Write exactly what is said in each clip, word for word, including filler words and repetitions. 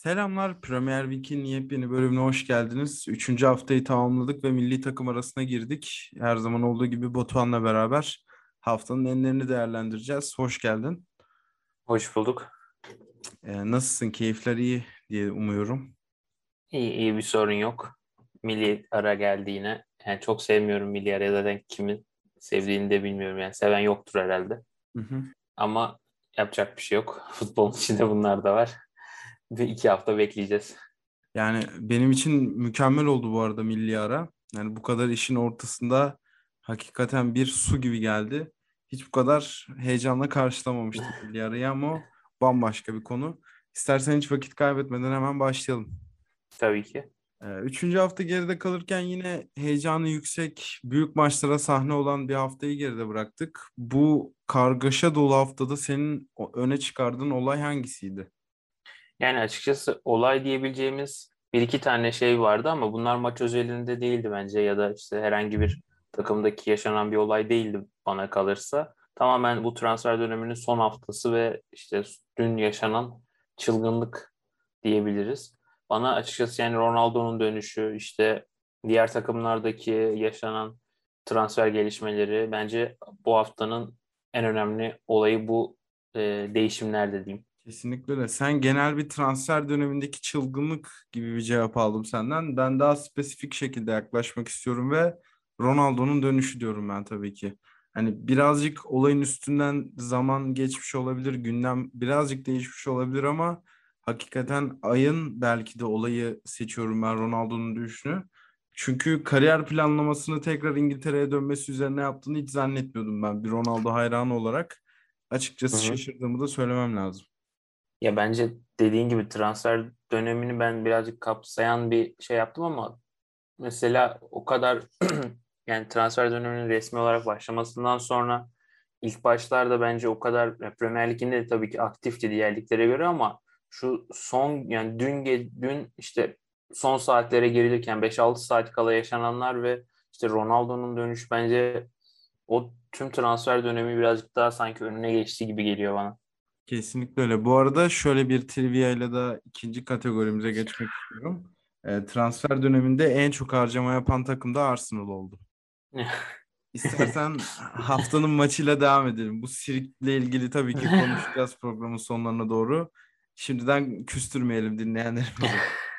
Selamlar, Premier League'in yepyeni bölümüne hoş geldiniz. Üçüncü haftayı tamamladık ve milli takım arasına girdik. Her zaman olduğu gibi Batuhan'la beraber haftanın enlerini değerlendireceğiz. Hoş geldin. Hoş bulduk. Ee, nasılsın? Keyifler iyi diye umuyorum. İyi, iyi bir sorun yok. Milli ara geldi yine. Yani çok sevmiyorum milli araya zaten kimin sevdiğini de bilmiyorum. Yani seven yoktur herhalde. Hı hı. Ama yapacak bir şey yok. Futbolun içinde bunlar da var. Bir iki hafta bekleyeceğiz. Yani benim için mükemmel oldu bu arada milli ara. Yani bu kadar işin ortasında hakikaten bir su gibi geldi. Hiç bu kadar heyecanla karşılamamıştım milli arayı ama o bambaşka bir konu. İstersen hiç vakit kaybetmeden hemen başlayalım. Tabii ki. Ee, Üçüncü hafta geride kalırken yine heyecanı yüksek, büyük maçlara sahne olan bir haftayı geride bıraktık. Bu kargaşa dolu haftada senin o- öne çıkardığın olay hangisiydi? Yani açıkçası olay diyebileceğimiz bir iki tane şey vardı ama bunlar maç özelinde değildi bence ya da işte herhangi bir takımdaki yaşanan bir olay değildi bana kalırsa. Tamamen bu transfer döneminin son haftası ve işte dün yaşanan çılgınlık diyebiliriz. Bana açıkçası yani Ronaldo'nun dönüşü, işte diğer takımlardaki yaşanan transfer gelişmeleri bence bu haftanın en önemli olayı bu e, değişimler dediğim. Kesinlikle öyle. Sen genel bir transfer dönemindeki çılgınlık gibi bir cevap aldım senden. Ben daha spesifik şekilde yaklaşmak istiyorum ve Ronaldo'nun dönüşü diyorum ben tabii ki. Hani birazcık olayın üstünden zaman geçmiş olabilir, gündem birazcık değişmiş olabilir ama hakikaten ayın belki de olayı seçiyorum ben Ronaldo'nun dönüşünü. Çünkü kariyer planlamasını tekrar İngiltere'ye dönmesi üzerine yaptığını hiç zannetmiyordum ben bir Ronaldo hayranı olarak. Hı Açıkçası hı. şaşırdığımı da söylemem lazım. Ya bence dediğin gibi transfer dönemini ben birazcık kapsayan bir şey yaptım ama mesela o kadar yani transfer döneminin resmi olarak başlamasından sonra ilk başlarda bence o kadar ya Premier Lig'inde de tabii ki aktifti diğer liglere göre ama şu son yani dün ge- dün işte son saatlere girilirken beş altı saat kala yaşananlar ve işte Ronaldo'nun dönüşü bence o tüm transfer dönemi birazcık daha sanki önüne geçti gibi geliyor bana. Kesinlikle öyle. Bu arada şöyle bir trivia ile de ikinci kategorimize geçmek istiyorum. E, transfer döneminde en çok harcama yapan takım da Arsenal oldu. İstersen haftanın maçıyla devam edelim. Bu sirkle ilgili tabii ki konuşacağız programın sonlarına doğru. Şimdiden küstürmeyelim dinleyenlerimizi.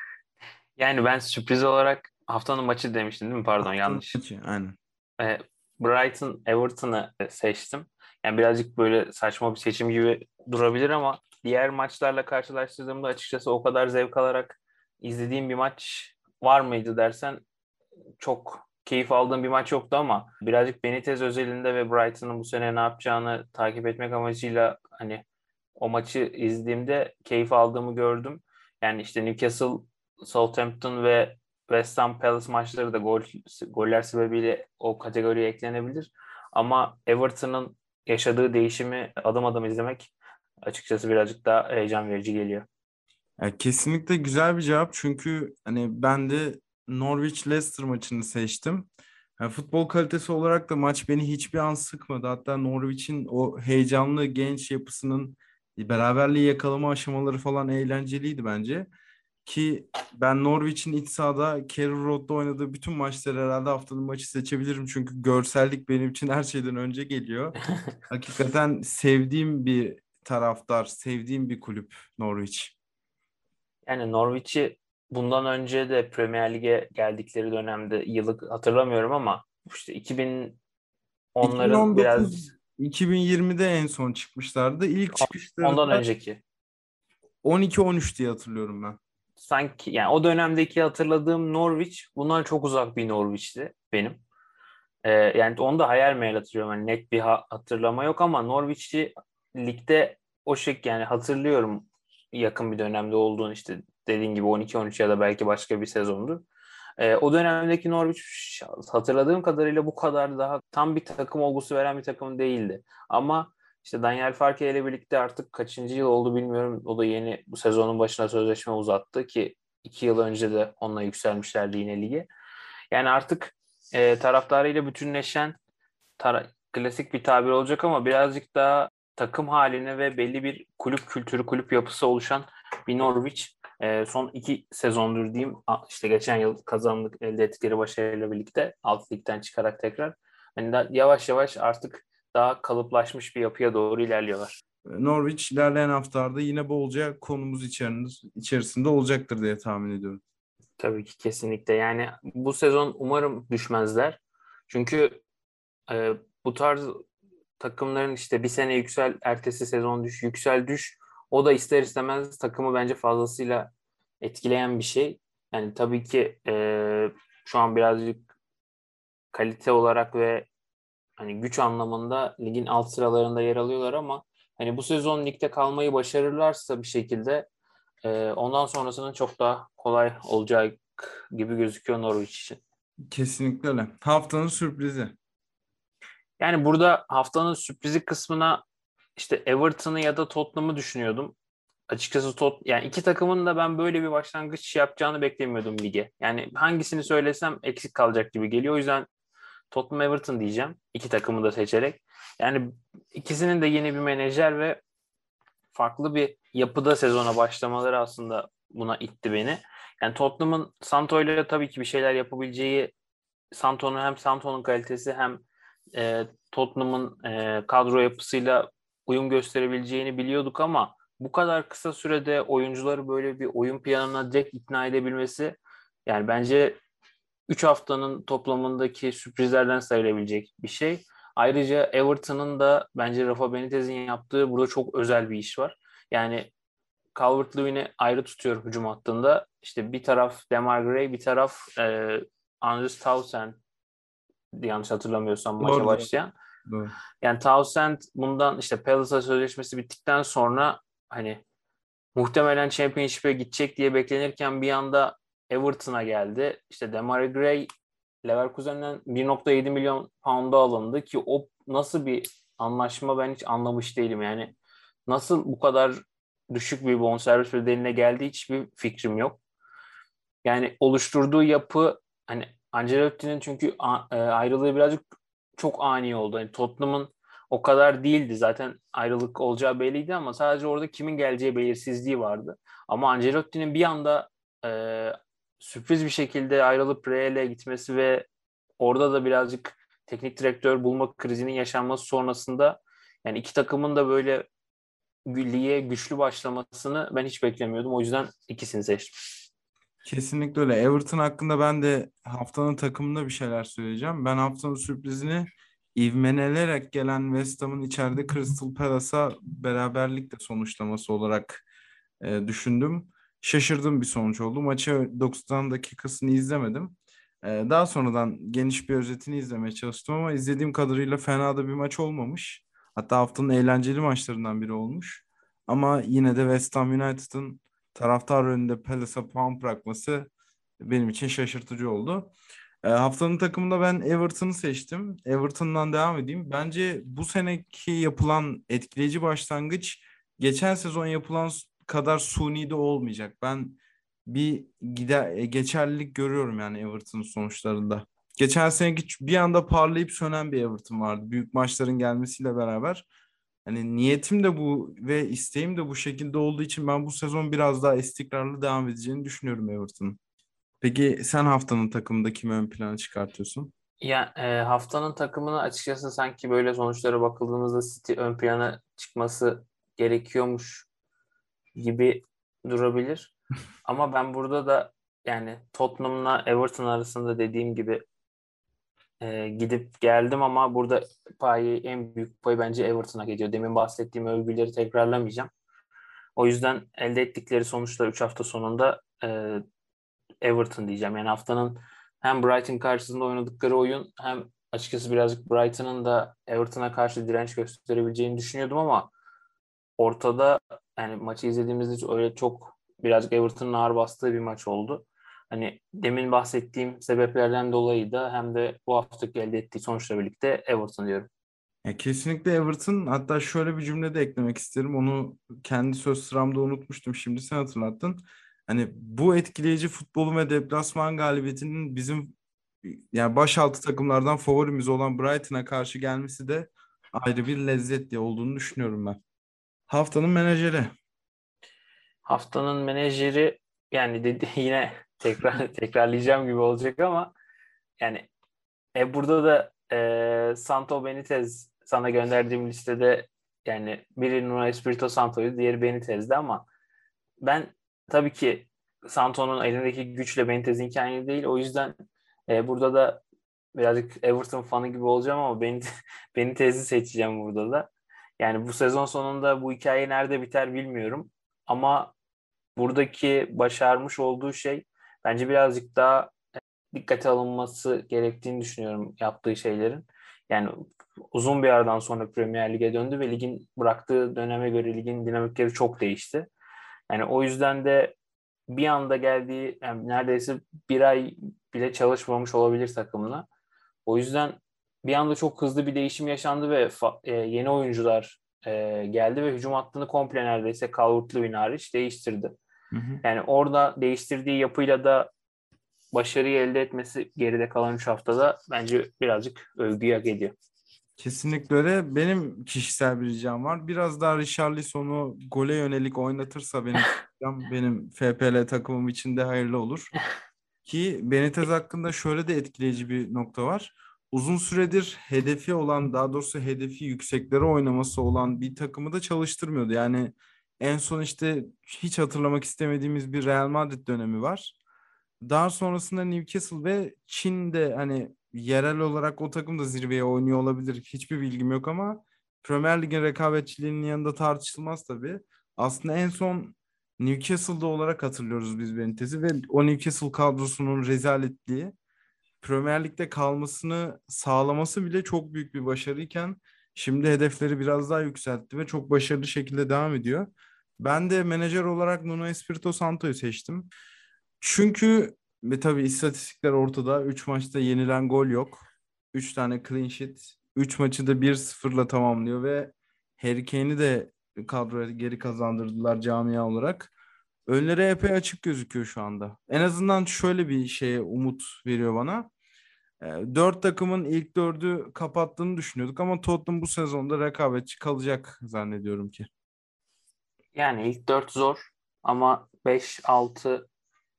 Yani ben sürpriz olarak haftanın maçı demiştim değil mi? Pardon Haftanın yanlış. maçı aynen. E, Brighton Everton'ı e, seçtim. Yani birazcık böyle saçma bir seçim gibi durabilir ama diğer maçlarla karşılaştırdığımda açıkçası o kadar zevk alarak izlediğim bir maç var mıydı dersen çok keyif aldığım bir maç yoktu ama birazcık Benitez özelinde ve Brighton'ın bu sene ne yapacağını takip etmek amacıyla hani o maçı izlediğimde keyif aldığımı gördüm. Yani işte Newcastle, Southampton ve West Ham Palace maçları da gol goller sebebiyle o kategoriye eklenebilir. Ama Everton'ın yaşadığı değişimi adım adım izlemek açıkçası birazcık daha heyecan verici geliyor. Ya kesinlikle güzel bir cevap çünkü hani ben de Norwich Leicester maçını seçtim. Yani futbol kalitesi olarak da maç beni hiçbir an sıkmadı. Hatta Norwich'in o heyecanlı genç yapısının beraberliği yakalama aşamaları falan eğlenceliydi bence. Ki ben Norwich'in iç sahada Carrow Road'da oynadığı bütün maçları herhalde haftanın maçı seçebilirim. Çünkü görsellik benim için her şeyden önce geliyor. Hakikaten sevdiğim bir taraftar, sevdiğim bir kulüp Norwich. Yani Norwich'i bundan önce de Premier Lig'e geldikleri dönemde yıllık hatırlamıyorum ama işte iki bin onların biraz iki bin on dokuz iki bin yirmide en son çıkmışlardı. İlk ondan çıkışlarında önceki on iki on üç diye hatırlıyorum ben. sanki yani o dönemdeki hatırladığım Norwich bundan çok uzak bir Norwich'ti benim. Ee, yani onu da hayal meyal hatırlıyorum. Yani net bir ha- hatırlama yok ama Norwich'i ligde o şek yani hatırlıyorum yakın bir dönemde olduğunu işte dediğin gibi on iki on üç ya da belki başka bir sezondu. Ee, o dönemdeki Norwich hatırladığım kadarıyla bu kadar daha tam bir takım olgusu veren bir takım değildi. Ama işte Daniel Farke ile birlikte artık kaçıncı yıl oldu bilmiyorum. O da yeni bu sezonun başına sözleşme uzattı ki iki yıl önce de onunla yükselmişlerdi yine lige. Yani artık e, taraftarıyla bütünleşen tara- klasik bir tabir olacak ama birazcık daha takım haline ve belli bir kulüp kültürü, kulüp yapısı oluşan bir Norwich. e, son iki sezondur diyeyim, a- işte geçen yıl kazandık elde ettikleri başarıyla birlikte alt ligden çıkarak tekrar hani da yavaş yavaş artık daha kalıplaşmış bir yapıya doğru ilerliyorlar. Norwich ilerleyen haftalarda yine bolca konumuz içerisinde, içerisinde olacaktır diye tahmin ediyorum. Tabii ki, kesinlikle. Yani bu sezon umarım düşmezler. Çünkü e, bu tarz takımların işte bir sene yüksel, ertesi sezon düş, yüksel düş. O da ister istemez takımı bence fazlasıyla etkileyen bir şey. Yani tabii ki e, şu an birazcık kalite olarak ve hani güç anlamında ligin alt sıralarında yer alıyorlar ama hani bu sezon ligde kalmayı başarırlarsa bir şekilde e, ondan sonrasının çok daha kolay olacak gibi gözüküyor Norwich için. Kesinlikle öyle. Haftanın sürprizi. Yani burada haftanın sürprizi kısmına işte Everton'ı ya da Tottenham'ı düşünüyordum. Açıkçası Tot yani iki takımın da ben böyle bir başlangıç yapacağını beklemiyordum lige. Yani hangisini söylesem eksik kalacak gibi geliyor. O yüzden Tottenham Everton diyeceğim. İki takımı da seçerek. Yani ikisinin de yeni bir menajer ve farklı bir yapıda sezona başlamaları aslında buna itti beni. Yani Tottenham'ın Santo ile tabii ki bir şeyler yapabileceği, Santo'nun hem Santo'nun kalitesi hem e, Tottenham'ın e, kadro yapısıyla uyum gösterebileceğini biliyorduk ama bu kadar kısa sürede oyuncuları böyle bir oyun planına direkt ikna edebilmesi, yani bence üç haftanın toplamındaki sürprizlerden sayılabilecek bir şey. Ayrıca Everton'ın da bence Rafa Benitez'in yaptığı burada çok özel bir iş var. Yani Calvert-Lewin'i ayrı tutuyorum hücum hattında. İşte bir taraf Demar Gray, bir taraf e, Andrews Townsend, yanlış hatırlamıyorsam maça Doğru doğru. başlayan. Doğru. Yani Townsend bundan işte Palace'a sözleşmesi bittikten sonra hani muhtemelen Championship'e gidecek diye beklenirken bir anda Everton'a geldi. İşte Demarai Gray Leverkusen'den bir nokta yedi milyon pound'a alındı ki o nasıl bir anlaşma ben hiç anlamış değilim. Yani nasıl bu kadar düşük bir bonservis bedeline geldi hiçbir fikrim yok. Yani oluşturduğu yapı hani Ancelotti'nin çünkü a- e, ayrılığı birazcık çok ani oldu. Hani Tottenham'ın o kadar değildi. Zaten ayrılık olacağı belliydi ama sadece orada kimin geleceği belirsizliği vardı. Ama Ancelotti'nin bir anda e, sürpriz bir şekilde ayrılıp Real'e gitmesi ve orada da birazcık teknik direktör bulma krizinin yaşanması sonrasında yani iki takımın da böyle lige güçlü başlamasını ben hiç beklemiyordum. O yüzden ikisini seçtim. Kesinlikle öyle. Everton hakkında ben de haftanın takımında bir şeyler söyleyeceğim. Ben haftanın sürprizini ivmelenerek gelen West Ham'ın içeride Crystal Palace'a beraberlikle sonuçlaması olarak e, düşündüm. Şaşırdığım bir sonuç oldu. Maçı doksan dakikasını izlemedim. E, daha sonradan geniş bir özetini izlemeye çalıştım ama izlediğim kadarıyla fena da bir maç olmamış. Hatta haftanın eğlenceli maçlarından biri olmuş. Ama yine de West Ham United'ın taraftar önünde Palace'a puan bırakması benim için şaşırtıcı oldu. E, haftanın takımında ben Everton'ı seçtim. Everton'dan devam edeyim. Bence bu seneki yapılan etkileyici başlangıç geçen sezon yapılan kadar suni de olmayacak. Ben bir gider, e, geçerlilik görüyorum yani Everton'ın sonuçlarında. Geçen seneki bir anda parlayıp sönen bir Everton vardı. Büyük maçların gelmesiyle beraber. Hani niyetim de bu ve isteğim de bu şekilde olduğu için ben bu sezon biraz daha istikrarlı devam edeceğini düşünüyorum Everton'ın. Peki sen haftanın takımında kimi ön plana çıkartıyorsun? Ya e, haftanın takımına açıkçası sanki böyle sonuçlara bakıldığımızda City ön plana çıkması gerekiyormuş gibi durabilir. Ama ben burada da yani Tottenham'la Everton arasında dediğim gibi e, gidip geldim ama burada payı en büyük pay bence Everton'a geliyor. Demin bahsettiğim övgüleri tekrarlamayacağım. O yüzden elde ettikleri sonuçlar üç hafta sonunda e, Everton diyeceğim. Yani haftanın hem Brighton karşısında oynadıkları oyun hem açıkçası birazcık Brighton'ın da Everton'a karşı direnç gösterebileceğini düşünüyordum ama ortada yani maçı izlediğimizde öyle çok birazcık Everton'ın ağır bastığı bir maç oldu. Hani demin bahsettiğim sebeplerden dolayı da hem de bu haftaki elde ettiği sonuçla birlikte Everton diyorum. Ya kesinlikle Everton. Hatta şöyle bir cümle de eklemek isterim. Onu kendi söz sıramda unutmuştum. Şimdi sen hatırlattın. Hani bu etkileyici futbolun ve deplasman galibiyetinin bizim yani başaltı takımlardan favorimiz olan Brighton'a karşı gelmesi de ayrı bir lezzet diye olduğunu düşünüyorum ben. Haftanın menajeri. Haftanın menajeri yani dedi, yine tekrar tekrarlayacağım gibi olacak ama yani e, burada da e, Santo Benitez sana gönderdiğim listede yani biri Nuno Espirito Santo'yu, diğeri Benitez'di ama ben tabii ki Santo'nun elindeki güçle Benitez'inki aynı değil. O yüzden e, burada da birazcık Everton fanı gibi olacağım ama Benit Benitez'i seçeceğim burada da. Yani bu sezon sonunda bu hikaye nerede biter bilmiyorum. Ama buradaki başarmış olduğu şey bence birazcık daha dikkate alınması gerektiğini düşünüyorum yaptığı şeylerin. Yani uzun bir aradan sonra Premier Lig'e döndü ve ligin bıraktığı döneme göre ligin dinamikleri çok değişti. Yani o yüzden de bir anda geldiği, yani neredeyse bir ay bile çalışmamış olabilir takımla. O yüzden bir anda çok hızlı bir değişim yaşandı ve fa- e, yeni oyuncular e, geldi ve hücum hattını komple neredeyse Calvert-Lewin hariç değiştirdi. Hı hı. Yani orada değiştirdiği yapıyla da başarıyı elde etmesi geride kalan üç haftada bence birazcık övgüyü hak ediyor. Kesinlikle öyle. Benim kişisel bir ricam var. Biraz daha Richarlison'u gole yönelik oynatırsa benim ricam, benim F P L takımım için de hayırlı olur. Ki Benitez hakkında şöyle de etkileyici bir nokta var. Uzun süredir hedefi olan, daha doğrusu hedefi yükseklere oynaması olan bir takımı da çalıştırmıyordu. Yani en son işte hiç hatırlamak istemediğimiz bir Real Madrid dönemi var. Daha sonrasında Newcastle ve Çin'de hani yerel olarak o takım da zirveye oynuyor olabilir. Hiçbir bilgim yok ama Premier Lig'in rekabetçiliğinin yanında tartışılmaz tabii. Aslında en son Newcastle'da olarak hatırlıyoruz biz Benitez'i ve o Newcastle kadrosunun rezaletliği Premier Lig'de kalmasını sağlaması bile çok büyük bir başarıyken şimdi hedefleri biraz daha yükseltti ve çok başarılı şekilde devam ediyor. Ben de menajer olarak Nuno Espirito Santo'yu seçtim. Çünkü ve tabii istatistikler ortada. Üç maçta yenilen gol yok. Üç tane clean sheet. Üç maçı da bir sıfırla tamamlıyor ve Harry Kane'i de kadroya geri kazandırdılar camia olarak. Önleri epey açık gözüküyor şu anda. En azından şöyle bir şeye umut veriyor bana. E, Dört takımın ilk dördü kapattığını düşünüyorduk ama Tottenham bu sezonda rekabetçi kalacak zannediyorum ki. Yani ilk dört zor ama beş altı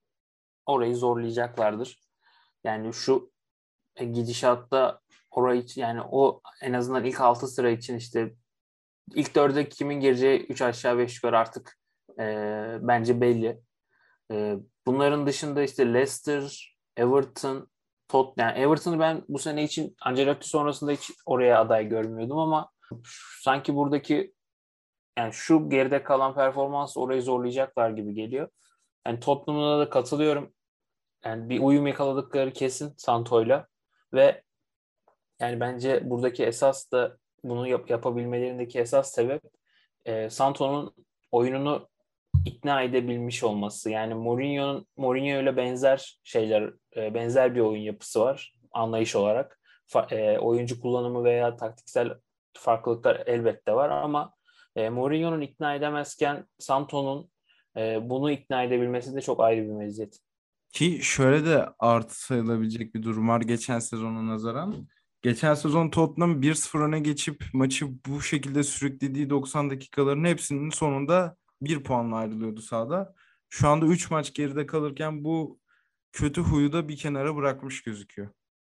orayı zorlayacaklardır. Yani şu e, gidişatta orayı, yani o en azından ilk altı sıra için işte ilk dörde kimin gireceği üç aşağı beş yukarı artık e, bence belli. E, bunların dışında işte Leicester, Everton, Tottenham. Yani Everton'ı ben bu sene için Ancelotti sonrasında hiç oraya aday görmüyordum ama sanki buradaki, yani şu geride kalan performans orayı zorlayacaklar gibi geliyor. Yani Tottenham'a da katılıyorum. Yani bir uyum yakaladıkları kesin Santo'yla ve yani bence buradaki esas da bunu yap- yapabilmelerindeki esas sebep e, Santo'nun oyununu ikna edebilmiş olması. Yani Mourinho'nun Mourinho ile benzer şeyler, e, benzer bir oyun yapısı var anlayış olarak. Fa- e, oyuncu kullanımı veya taktiksel farklılıklar elbette var ama e, Mourinho'nun ikna edemezken Santo'nun e, bunu ikna edebilmesi de çok ayrı bir meziyet. Ki şöyle de artı sayılabilecek bir durum var geçen sezona nazaran. Geçen sezon Tottenham bir sıfır öne geçip maçı bu şekilde sürüklediği doksan dakikaların hepsinin sonunda bir puanla ayrılıyordu sahada. Şu anda üç maç geride kalırken bu kötü huyu da bir kenara bırakmış gözüküyor.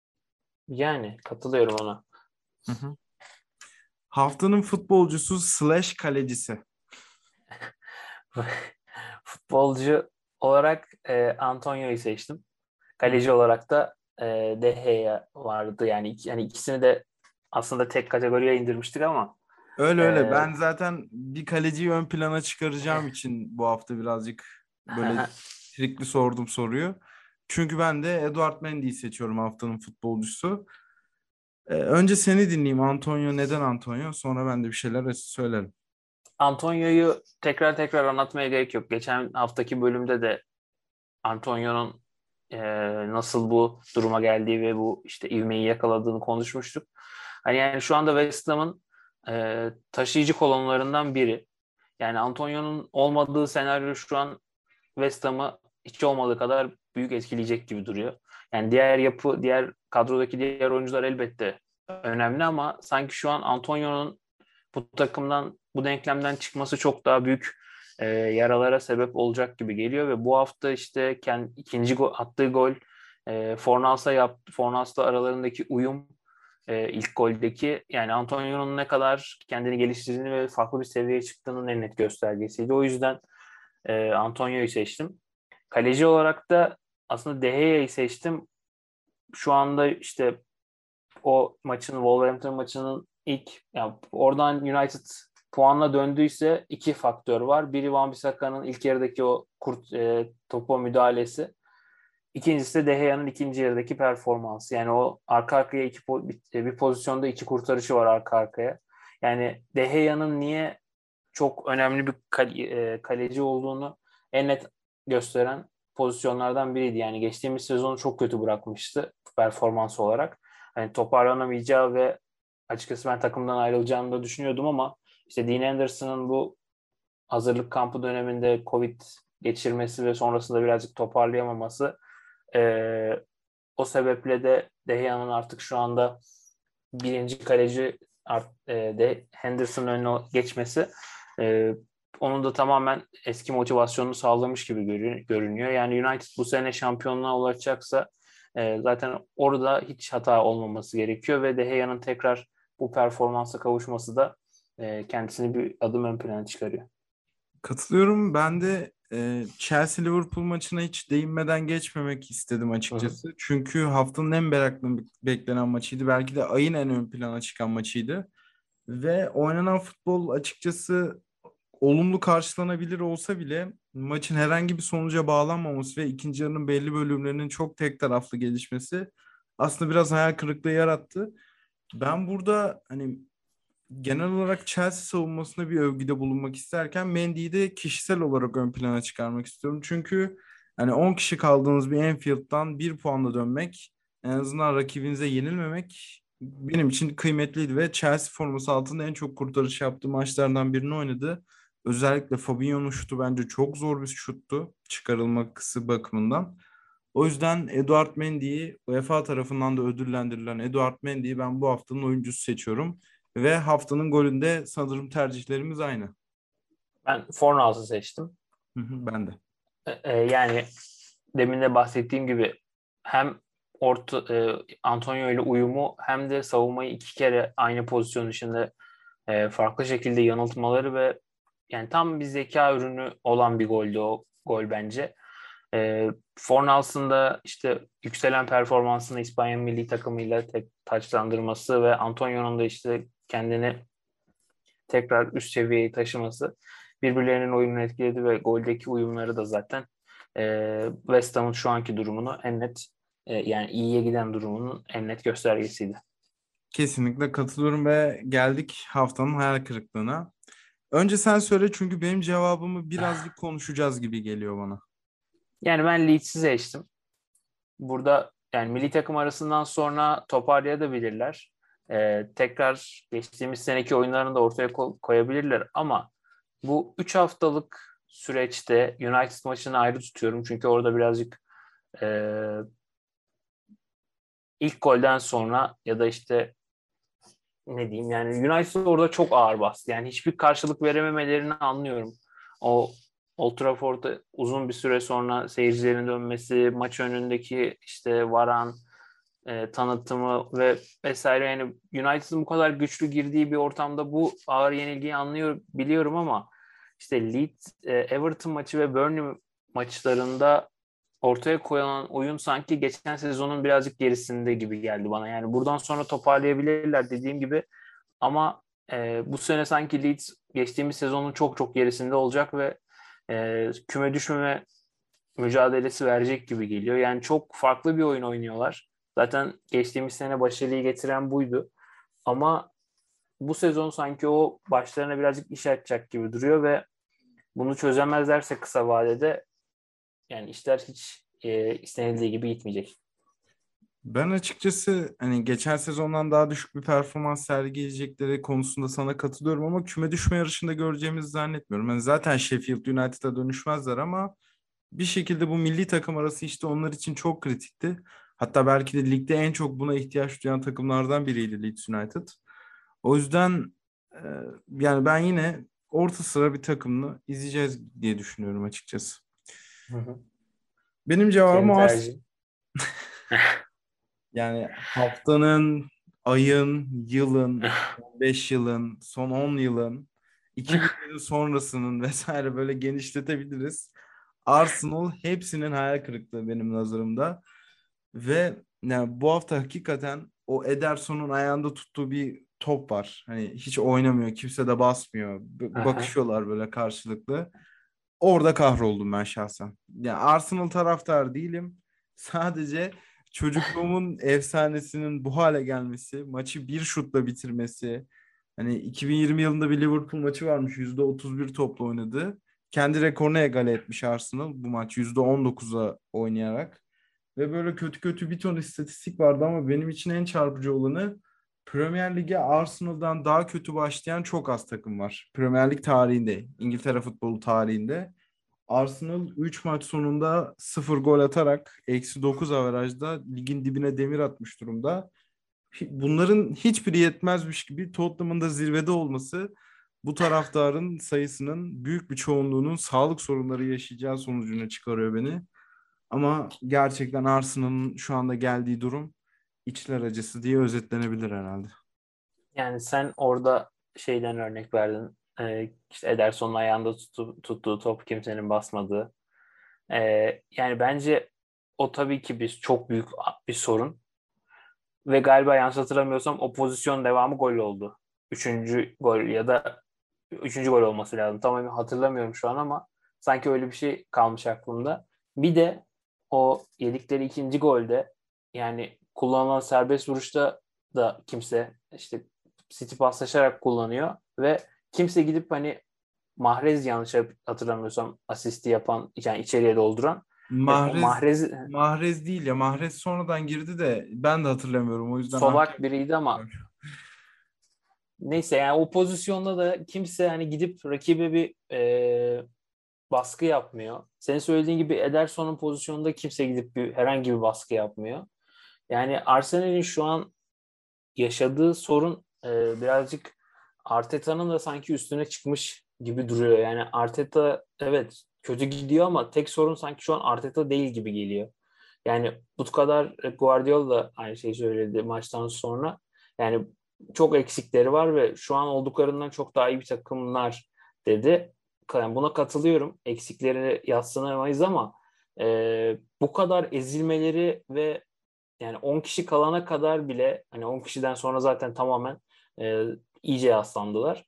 Yani katılıyorum ona. Hı hı. Haftanın futbolcusu slash kalecisi. Futbolcu olarak e, Antonio'yu seçtim. Hı hı. Kaleci olarak da e, De Gea vardı. Yani, iki, yani ikisini de aslında tek kategoriye indirmiştik ama Öyle öyle. e, Ben zaten bir kaleciyi ön plana çıkaracağım için bu hafta birazcık böyle trikli sordum soruyu. Çünkü ben de Eduard Mendy'yi seçiyorum haftanın futbolcusu. Ee, önce seni dinleyeyim. Antonio neden Antonio? Sonra ben de bir şeyler söylerim. Antonio'yu tekrar tekrar anlatmaya gerek yok. Geçen haftaki bölümde de Antonio'nun e, nasıl bu duruma geldiği ve bu işte ivmeyi yakaladığını konuşmuştuk. Hani yani şu anda West Ham'ın e, taşıyıcı kolonlarından biri. Yani Antonio'nun olmadığı senaryo şu an West Ham'ı hiç olmadığı kadar büyük etkileyecek gibi duruyor. Yani diğer yapı, diğer kadrodaki diğer oyuncular elbette önemli ama sanki şu an Antonio'nun bu takımdan, bu denklemden çıkması çok daha büyük e, yaralara sebep olacak gibi geliyor ve bu hafta işte kendi, ikinci go- attığı gol e, Fornals'a yaptı. Fornals'la aralarındaki uyum e, ilk goldeki, yani Antonio'nun ne kadar kendini geliştirdiğini ve farklı bir seviyeye çıktığının en net göstergesiydi. O yüzden e, Antonio'yu seçtim. Kaleci olarak da aslında De Gea'yı seçtim. Şu anda işte o maçın, Wolverhampton maçının ilk, yani oradan United puanla döndüyse iki faktör var. Biri Wan-Bissaka'nın ilk yarıdaki o kurt e, topa müdahalesi. İkincisi de De Gea'nın ikinci yarıdaki performansı. Yani o arka arkaya iki bir, bir pozisyonda iki kurtarışı var arka arkaya. Yani De Gea'nın niye çok önemli bir kale, e, kaleci olduğunu en net gösteren pozisyonlardan biriydi. Yani geçtiğimiz sezonu çok kötü bırakmıştı performans olarak. Hani toparlanamayacağı ve açıkçası ben takımdan ayrılacağını da düşünüyordum ama işte Dean Anderson'ın bu hazırlık kampı döneminde Covid geçirmesi ve sonrasında birazcık toparlayamaması, e, o sebeple de De Gea'nın artık şu anda birinci kaleci art, e, de Henderson'ın önüne geçmesi e, onun da tamamen eski motivasyonunu sağlamış gibi görünüyor. Yani United bu sene şampiyonluğa ulaşacaksa e, zaten orada hiç hata olmaması gerekiyor ve De Gea'nın tekrar bu performansa kavuşması da e, kendisini bir adım ön plana çıkarıyor. Katılıyorum. Ben de e, Chelsea-Liverpool maçına hiç değinmeden geçmemek istedim Hı hı. açıkçası. Çünkü haftanın en meraklı beklenen maçıydı. Belki de ayın en ön plana çıkan maçıydı. Ve oynanan futbol açıkçası olumlu karşılanabilir olsa bile maçın herhangi bir sonuca bağlanmaması ve ikinci yarının belli bölümlerinin çok tek taraflı gelişmesi aslında biraz hayal kırıklığı yarattı. Ben burada hani genel olarak Chelsea savunmasına bir övgüde bulunmak isterken Mendy'yi de kişisel olarak ön plana çıkarmak istiyorum. Çünkü hani on kişi kaldığınız bir Anfield'dan bir puanla dönmek, en azından rakibinize yenilmemek benim için kıymetliydi ve Chelsea forması altında en çok kurtarış yaptığı maçlardan birini oynadı. Özellikle Fabinho'nun şutu bence çok zor bir şuttu çıkarılması bakımından. O yüzden Eduard Mendy'yi UEFA tarafından da ödüllendirilen Eduard Mendy'yi ben bu haftanın oyuncusu seçiyorum. Ve haftanın golünde sanırım tercihlerimiz aynı. Ben Fornals'ı seçtim. Hı hı, ben de. E, e, yani demin de bahsettiğim gibi hem orta e, Antonio ile uyumu hem de savunmayı iki kere aynı pozisyon içinde e, farklı şekilde yanıltmaları ve yani tam bir zeka ürünü olan bir goldü o gol bence. E, Fornals'ın da işte yükselen performansını İspanya milli takımıyla tek taçlandırması ve Antonio'nun da işte kendini tekrar üst seviyeye taşıması birbirlerinin oyununu etkiledi ve goldeki uyumları da zaten e, West Ham'ın şu anki durumunu en net, e, yani iyiye giden durumunun en net göstergesiydi. Kesinlikle katılıyorum ve geldik haftanın hayal kırıklığına. Önce sen söyle çünkü benim cevabımı birazcık konuşacağız gibi geliyor bana. Yani ben Leeds'i seçtim. Burada yani milli takım arasından sonra toparlayabilirler. E, tekrar geçtiğimiz seneki oyunlarını da ortaya ko- koyabilirler ama bu üç haftalık süreçte United maçını ayrı tutuyorum. Çünkü orada birazcık e, ilk golden sonra ya da işte ne diyeyim, yani United orada çok ağır bastı. Yani hiçbir karşılık verememelerini anlıyorum. O Old Trafford'da uzun bir süre sonra seyircilerin dönmesi, maç önündeki işte varan e, tanıtımı ve vesaire, yani United'ın bu kadar güçlü girdiği bir ortamda bu ağır yenilgiyi anlıyor biliyorum ama işte Leeds, e, Everton maçı ve Burnley maçlarında ortaya koyulan oyun sanki geçen sezonun birazcık gerisinde gibi geldi bana. Yani buradan sonra toparlayabilirler dediğim gibi ama e, bu sene sanki Leeds geçtiğimiz sezonun çok çok gerisinde olacak ve e, küme düşmeme mücadelesi verecek gibi geliyor. Yani çok farklı bir oyun oynuyorlar. Zaten geçtiğimiz sene başarıyı getiren buydu. Ama bu sezon sanki o başlarına birazcık iş açacak gibi duruyor ve bunu çözemezlerse kısa vadede yani işler hiç e, istenildiği gibi gitmeyecek. Ben açıkçası hani geçen sezondan daha düşük bir performans sergileyecekleri konusunda sana katılıyorum ama küme düşme yarışında göreceğimizi zannetmiyorum. Yani zaten Sheffield United'a dönüşmezler ama bir şekilde bu milli takım arası işte onlar için çok kritikti. Hatta belki de ligde en çok buna ihtiyaç duyan takımlardan biriydi Leeds United. O yüzden e, yani ben yine orta sıra bir takımını izleyeceğiz diye düşünüyorum açıkçası. Hı hı. Benim cevabım Senin Ars. tercihin. Yani haftanın, ayın, yılın, beş yılın, son on yılın, iki bin yılın sonrasının vesaire böyle genişletebiliriz. Arsenal hepsinin hayal kırıklığı benim nazarımda. Ve yani bu hafta hakikaten o Ederson'un ayağında tuttuğu bir top var. Hani hiç oynamıyor, kimse de basmıyor. B- Aha. bakışıyorlar böyle karşılıklı. Orada kahroldum ben şahsen. Yani Arsenal taraftar değilim. Sadece çocukluğumun efsanesinin bu hale gelmesi, maçı bir şutla bitirmesi. Hani iki bin yirmi yılında bir Liverpool maçı varmış. yüzde otuz bir topla oynadı. Kendi rekorunu egale etmiş Arsenal bu maç yüzde on dokuza oynayarak. Ve böyle kötü kötü bir ton istatistik vardı ama benim için en çarpıcı olanı Premier Lig'e Arsenal'dan daha kötü başlayan çok az takım var. Premier Lig tarihinde, İngiltere futbolu tarihinde. Arsenal üç maç sonunda sıfır gol atarak eksi dokuz averajda ligin dibine demir atmış durumda. Bunların hiçbiri yetmezmiş gibi Tottenham'ın da zirvede olması bu taraftarın sayısının büyük bir çoğunluğunun sağlık sorunları yaşayacağı sonucunu çıkarıyor beni. Ama gerçekten Arsenal'ın şu anda geldiği durum içler acısı diye özetlenebilir herhalde. Yani sen orada şeyden örnek verdin. Ee, işte Ederson'un ayağında tuttu, tuttuğu top kimsenin basmadığı. Ee, yani bence o tabii ki bir çok büyük bir sorun. Ve galiba yanlış hatırlamıyorsam o pozisyon devamı gol oldu. Üçüncü gol ya da üçüncü gol olması lazım. Tamam hatırlamıyorum şu an ama sanki öyle bir şey kalmış aklımda. Bir de o yedikleri ikinci golde yani kullanılan serbest vuruşta da kimse işte City paslaşarak kullanıyor ve kimse gidip hani Mahrez yanlış hatırlamıyorsam asisti yapan yani içeriye dolduran yani o Mahrez Mahrez Mahrez değil ya. Mahrez sonradan girdi de ben de hatırlamıyorum. O yüzden hakem. solak biriydi ama neyse yani o pozisyonda da kimse hani gidip rakibe bir e, baskı yapmıyor. Senin söylediğin gibi Ederson'un pozisyonunda kimse gidip bir, herhangi bir baskı yapmıyor. Yani Arsenal'in şu an yaşadığı sorun e, birazcık Arteta'nın da sanki üstüne çıkmış gibi duruyor. Yani Arteta evet kötü gidiyor ama tek sorun sanki şu an Arteta değil gibi geliyor. Yani bu kadar Guardiola da aynı şeyi söyledi maçtan sonra. Yani çok eksikleri var ve şu an olduklarından çok daha iyi bir takımlar dedi. Yani buna katılıyorum. Eksiklerini yadsınamayız ama e, bu kadar ezilmeleri ve yani on kişi kalana kadar bile hani on kişiden sonra zaten tamamen e, iyice yaslandılar.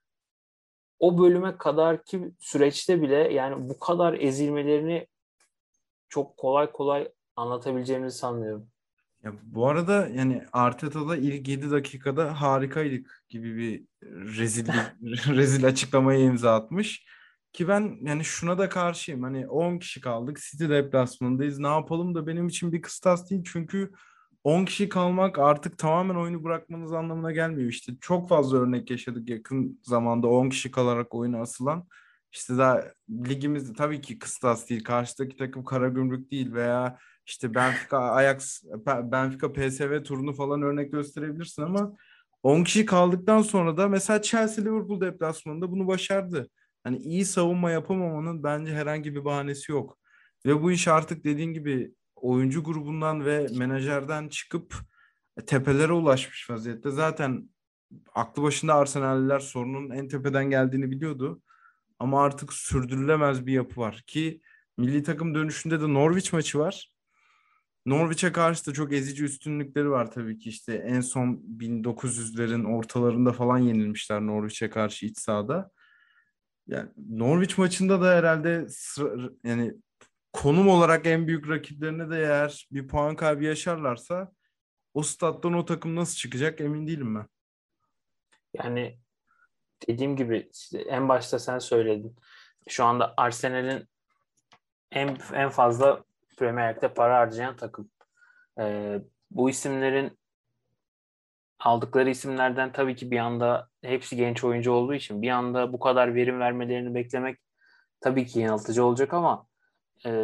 O bölüme kadarki süreçte bile yani bu kadar ezilmelerini çok kolay kolay anlatabileceğimizi sanmıyorum. Ya bu arada yani Arteta'da ilk yedi dakikada harikaydık gibi bir rezillik rezil açıklamayı imza atmış. Ki ben yani şuna da karşıyım. Hani on kişi kaldık. City deplasmanındayız. Ne yapalım da benim için bir kıstas değil. Çünkü on kişi kalmak artık tamamen oyunu bırakmanız anlamına gelmiyor. İşte çok fazla örnek yaşadık yakın zamanda on kişi kalarak oyuna asılan. İşte daha ligimizde tabii ki kıstas değil. Karşıdaki takım Karagümrük değil veya işte Benfica, Ajax, Benfica, P S V turunu falan örnek gösterebilirsin ama on kişi kaldıktan sonra da mesela Chelsea Liverpool deplasmanında bunu başardı. Hani iyi savunma yapamamanın bence herhangi bir bahanesi yok. Ve bu iş artık dediğin gibi oyuncu grubundan ve menajerden çıkıp tepelere ulaşmış vaziyette. Zaten aklı başında Arsenalliler sorunun en tepeden geldiğini biliyordu. Ama artık sürdürülemez bir yapı var ki milli takım dönüşünde de Norwich maçı var. Norwich'e karşı da çok ezici üstünlükleri var tabii ki işte en son bin dokuz yüzlerin ortalarında falan yenilmişler Norwich'e karşı iç sahada. Yani Norwich maçında da herhalde sıra, yani konum olarak en büyük rakiplerine de eğer bir puan kaybı yaşarlarsa o stat'tan o takım nasıl çıkacak emin değilim ben. Yani dediğim gibi işte en başta sen söyledin. Şu anda Arsenal'in en en fazla Premier Lig'de para harcayan takım. Ee, bu isimlerin aldıkları isimlerden tabii ki bir anda hepsi genç oyuncu olduğu için bir anda bu kadar verim vermelerini beklemek tabii ki yanıltıcı olacak ama e,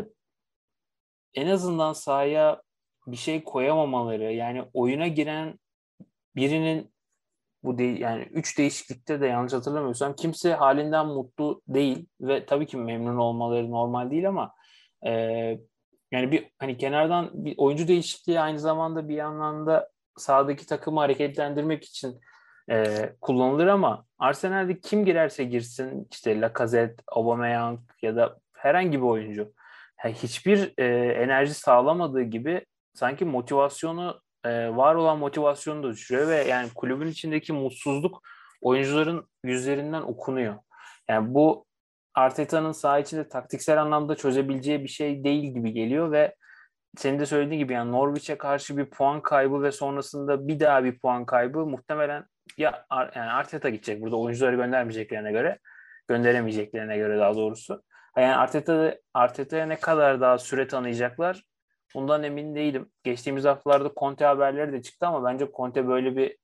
en azından sahaya bir şey koyamamaları yani oyuna giren birinin Bu değil yani üç değişiklikte de yanlış hatırlamıyorsam kimse halinden mutlu değil ve tabii ki memnun olmaları normal değil ama e, yani bir hani kenardan bir oyuncu değişikliği aynı zamanda bir anlamda sahadaki takımı hareketlendirmek için e, kullanılır ama Arsenal'de kim girerse girsin işte Lacazette, Aubameyang ya da herhangi bir oyuncu yani hiçbir e, enerji sağlamadığı gibi sanki motivasyonu e, var olan motivasyonu da düşürüyor ve yani kulübün içindeki mutsuzluk oyuncuların yüzlerinden okunuyor. Yani bu Arteta'nın saha içinde taktiksel anlamda çözebileceği bir şey değil gibi geliyor ve senin de söylediğin gibi yani Norwich'e karşı bir puan kaybı ve sonrasında bir daha bir puan kaybı muhtemelen ya yani Arteta gidecek burada oyuncuları göndermeyeceklerine göre gönderemeyeceklerine göre daha doğrusu. Yani Arteta Arteta'ya ne kadar daha süre tanıyacaklar bundan emin değilim. Geçtiğimiz haftalarda Conte haberleri de çıktı ama bence Conte böyle bir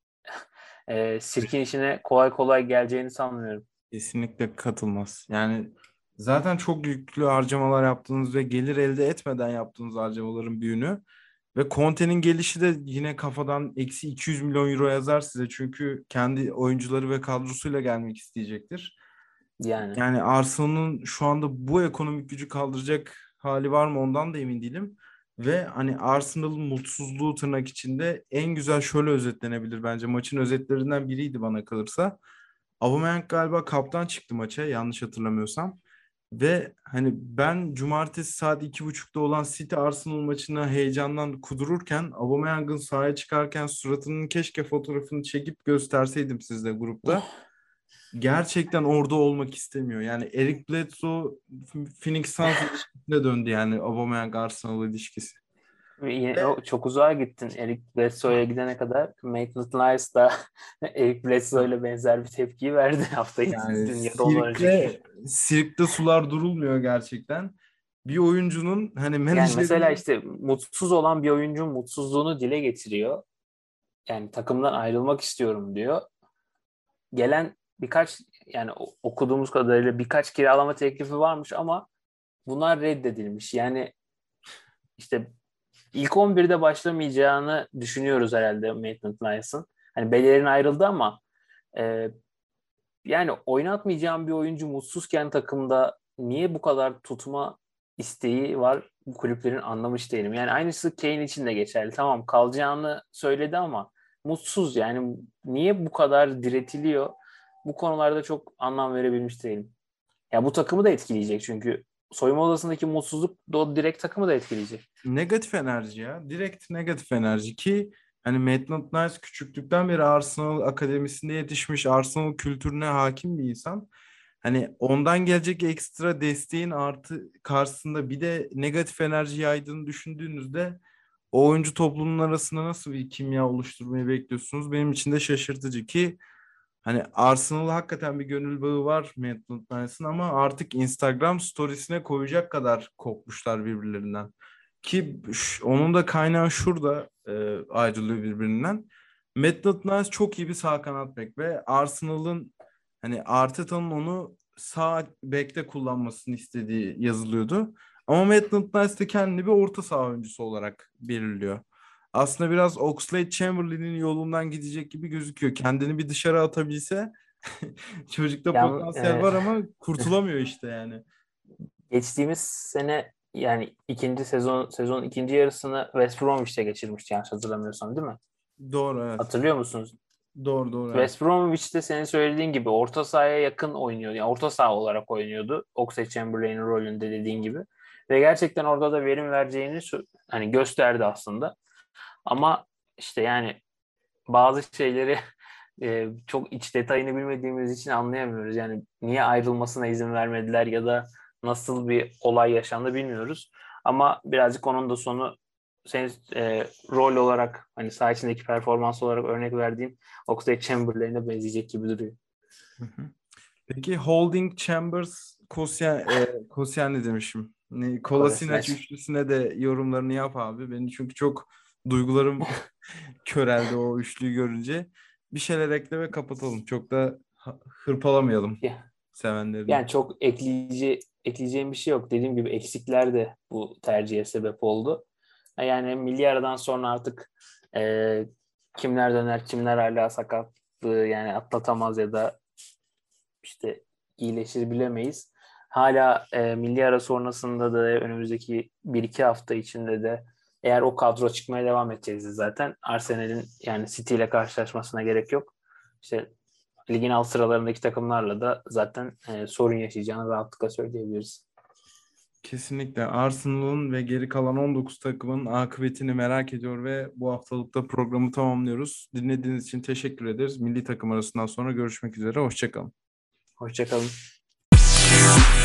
e, sirkin işine kolay kolay geleceğini sanmıyorum. Kesinlikle katılmaz. Yani zaten çok yüklü harcamalar yaptığınız ve gelir elde etmeden yaptığınız harcamaların büyüğünü ve Conte'nin gelişi de yine kafadan eksi iki yüz milyon euro yazar size. Çünkü kendi oyuncuları ve kadrosuyla gelmek isteyecektir. Yani Yani Arsenal'ın şu anda bu ekonomik gücü kaldıracak hali var mı ondan da emin değilim. Ve hani Arsenal'ın mutsuzluğu tırnak içinde en güzel şöyle özetlenebilir bence. Maçın özetlerinden biriydi bana kalırsa. Aubameyang galiba kaptan çıktı maça yanlış hatırlamıyorsam. Ve hani ben cumartesi saat iki buçukta olan City Arsenal maçına heyecandan kudururken Aubameyang'ın sahaya çıkarken suratının keşke fotoğrafını çekip gösterseydim sizde grupta. Gerçekten orada olmak istemiyor. Yani Eric Bledsoe Phoenix Suns ilişkisine döndü yani Aubameyang Arsenal ilişkisi. ve yine Ve o, çok uzağa gittin Eric Bledsoe'ya gidene kadar Maitland Niles da Eric Bledsoe'yla benzer bir tepkiyi verdi haftayı yani dün ya da ondan önceki gün. sirkte sirkte sular durulmuyor gerçekten. Bir oyuncunun hani Yani mesela menajerinin işte mutsuz olan bir oyuncu mutsuzluğunu dile getiriyor. Yani takımdan ayrılmak istiyorum diyor. Gelen birkaç yani okuduğumuz kadarıyla birkaç kiralama teklifi varmış ama bunlar reddedilmiş. Yani işte ilk on birde başlamayacağını düşünüyoruz herhalde Maitland Nines'ın. Hani Bellerin ayrıldı ama e, yani oynatmayacağım bir oyuncu mutsuzken takımda niye bu kadar tutma isteği var bu kulüplerin anlamış değilim. Yani aynısı Kane için de geçerli. Tamam kalacağını söyledi ama mutsuz yani niye bu kadar diretiliyor? Bu konularda çok anlam verebilmiş değilim. Ya bu takımı da etkileyecek çünkü soyunma odasındaki mutsuzluk da o direkt takımı da etkileyecek. negatif enerji ya. Direkt negatif enerji ki hani Maitland Niles küçüklükten beri Arsenal akademisinde yetişmiş, Arsenal kültürüne hakim bir insan. Hani ondan gelecek ekstra desteğin artı karşısında bir de negatif enerji yaydığını düşündüğünüzde o oyuncu toplumunun arasında nasıl bir kimya oluşturmayı bekliyorsunuz? Benim için de şaşırtıcı ki hani Arsenal'la hakikaten bir gönül bağı var Maitland Niles'ın ama artık Instagram storiesine koyacak kadar kopmuşlar birbirlerinden. Ki ş- onun da kaynağı şurada e, ayrılıyor birbirinden. Maitland Niles çok iyi bir sağ kanat bek ve Arsenal'ın hani Arteta'nın onu sağ bekte kullanmasını istediği yazılıyordu. Ama Maitland Niles de kendini bir orta saha oyuncusu olarak belirliyor. Aslında biraz Oxlade-Chamberlain'in yolundan gidecek gibi gözüküyor. Kendini bir dışarı atabilse çocukta Ya potansiyel e, var ama kurtulamıyor işte yani. geçtiğimiz sene yani ikinci sezon sezon ikinci yarısını West Bromwich'te geçirmişti yanlış hatırlamıyorsam değil mi? Doğru evet. Hatırlıyor musunuz? Doğru doğru evet. West Bromwich'te senin söylediğin gibi orta sahaya yakın oynuyordu. Yani orta saha olarak oynuyordu. Oxlade-Chamberlain'in rolünde dediğin gibi. Ve gerçekten orada da verim vereceğini sö- hani gösterdi aslında. Ama işte yani bazı şeyleri e, çok iç detayını bilmediğimiz için anlayamıyoruz. Yani niye ayrılmasına izin vermediler ya da nasıl bir olay yaşandı bilmiyoruz. Ama birazcık onun da sonu senin e, rol olarak hani saha içindeki performans olarak örnek verdiğim Oxlade-Chamberlain'e benzeyecek gibi duruyor. Hı hı. Peki Holding Chambers Koscielny, e, Koscielny demişim. Ne, Kolasinac Kolasinac. üçlüsüne de yorumlarını yap abi. Beni çünkü çok duygularım köreldi o üçlüyü görünce. Bir şeyler ekle ve kapatalım. Çok da ha- hırpalamayalım Ya- sevenlerini. Yani çok ekleyici ekleyeceğim bir şey yok. Dediğim gibi eksikler de bu tercihe sebep oldu. Yani milli aradan sonra artık e, kimler döner, kimler hala sakat. yani atlatamaz ya da işte iyileşir bilemeyiz. Hala e, milli ara sonrasında da önümüzdeki bir iki hafta içinde de eğer o kadro çıkmaya devam edeceğiz zaten Arsenal'in yani City ile karşılaşmasına gerek yok. İşte ligin alt sıralarındaki takımlarla da zaten e, sorun yaşayacağını rahatlıkla söyleyebiliriz. Kesinlikle Arsenal'ın ve geri kalan on dokuz takımın akıbetini merak ediyor ve bu haftalıkta programı tamamlıyoruz. Dinlediğiniz için teşekkür ederiz. Milli takım arasından sonra görüşmek üzere. Hoşça kalın. Hoşça kalın.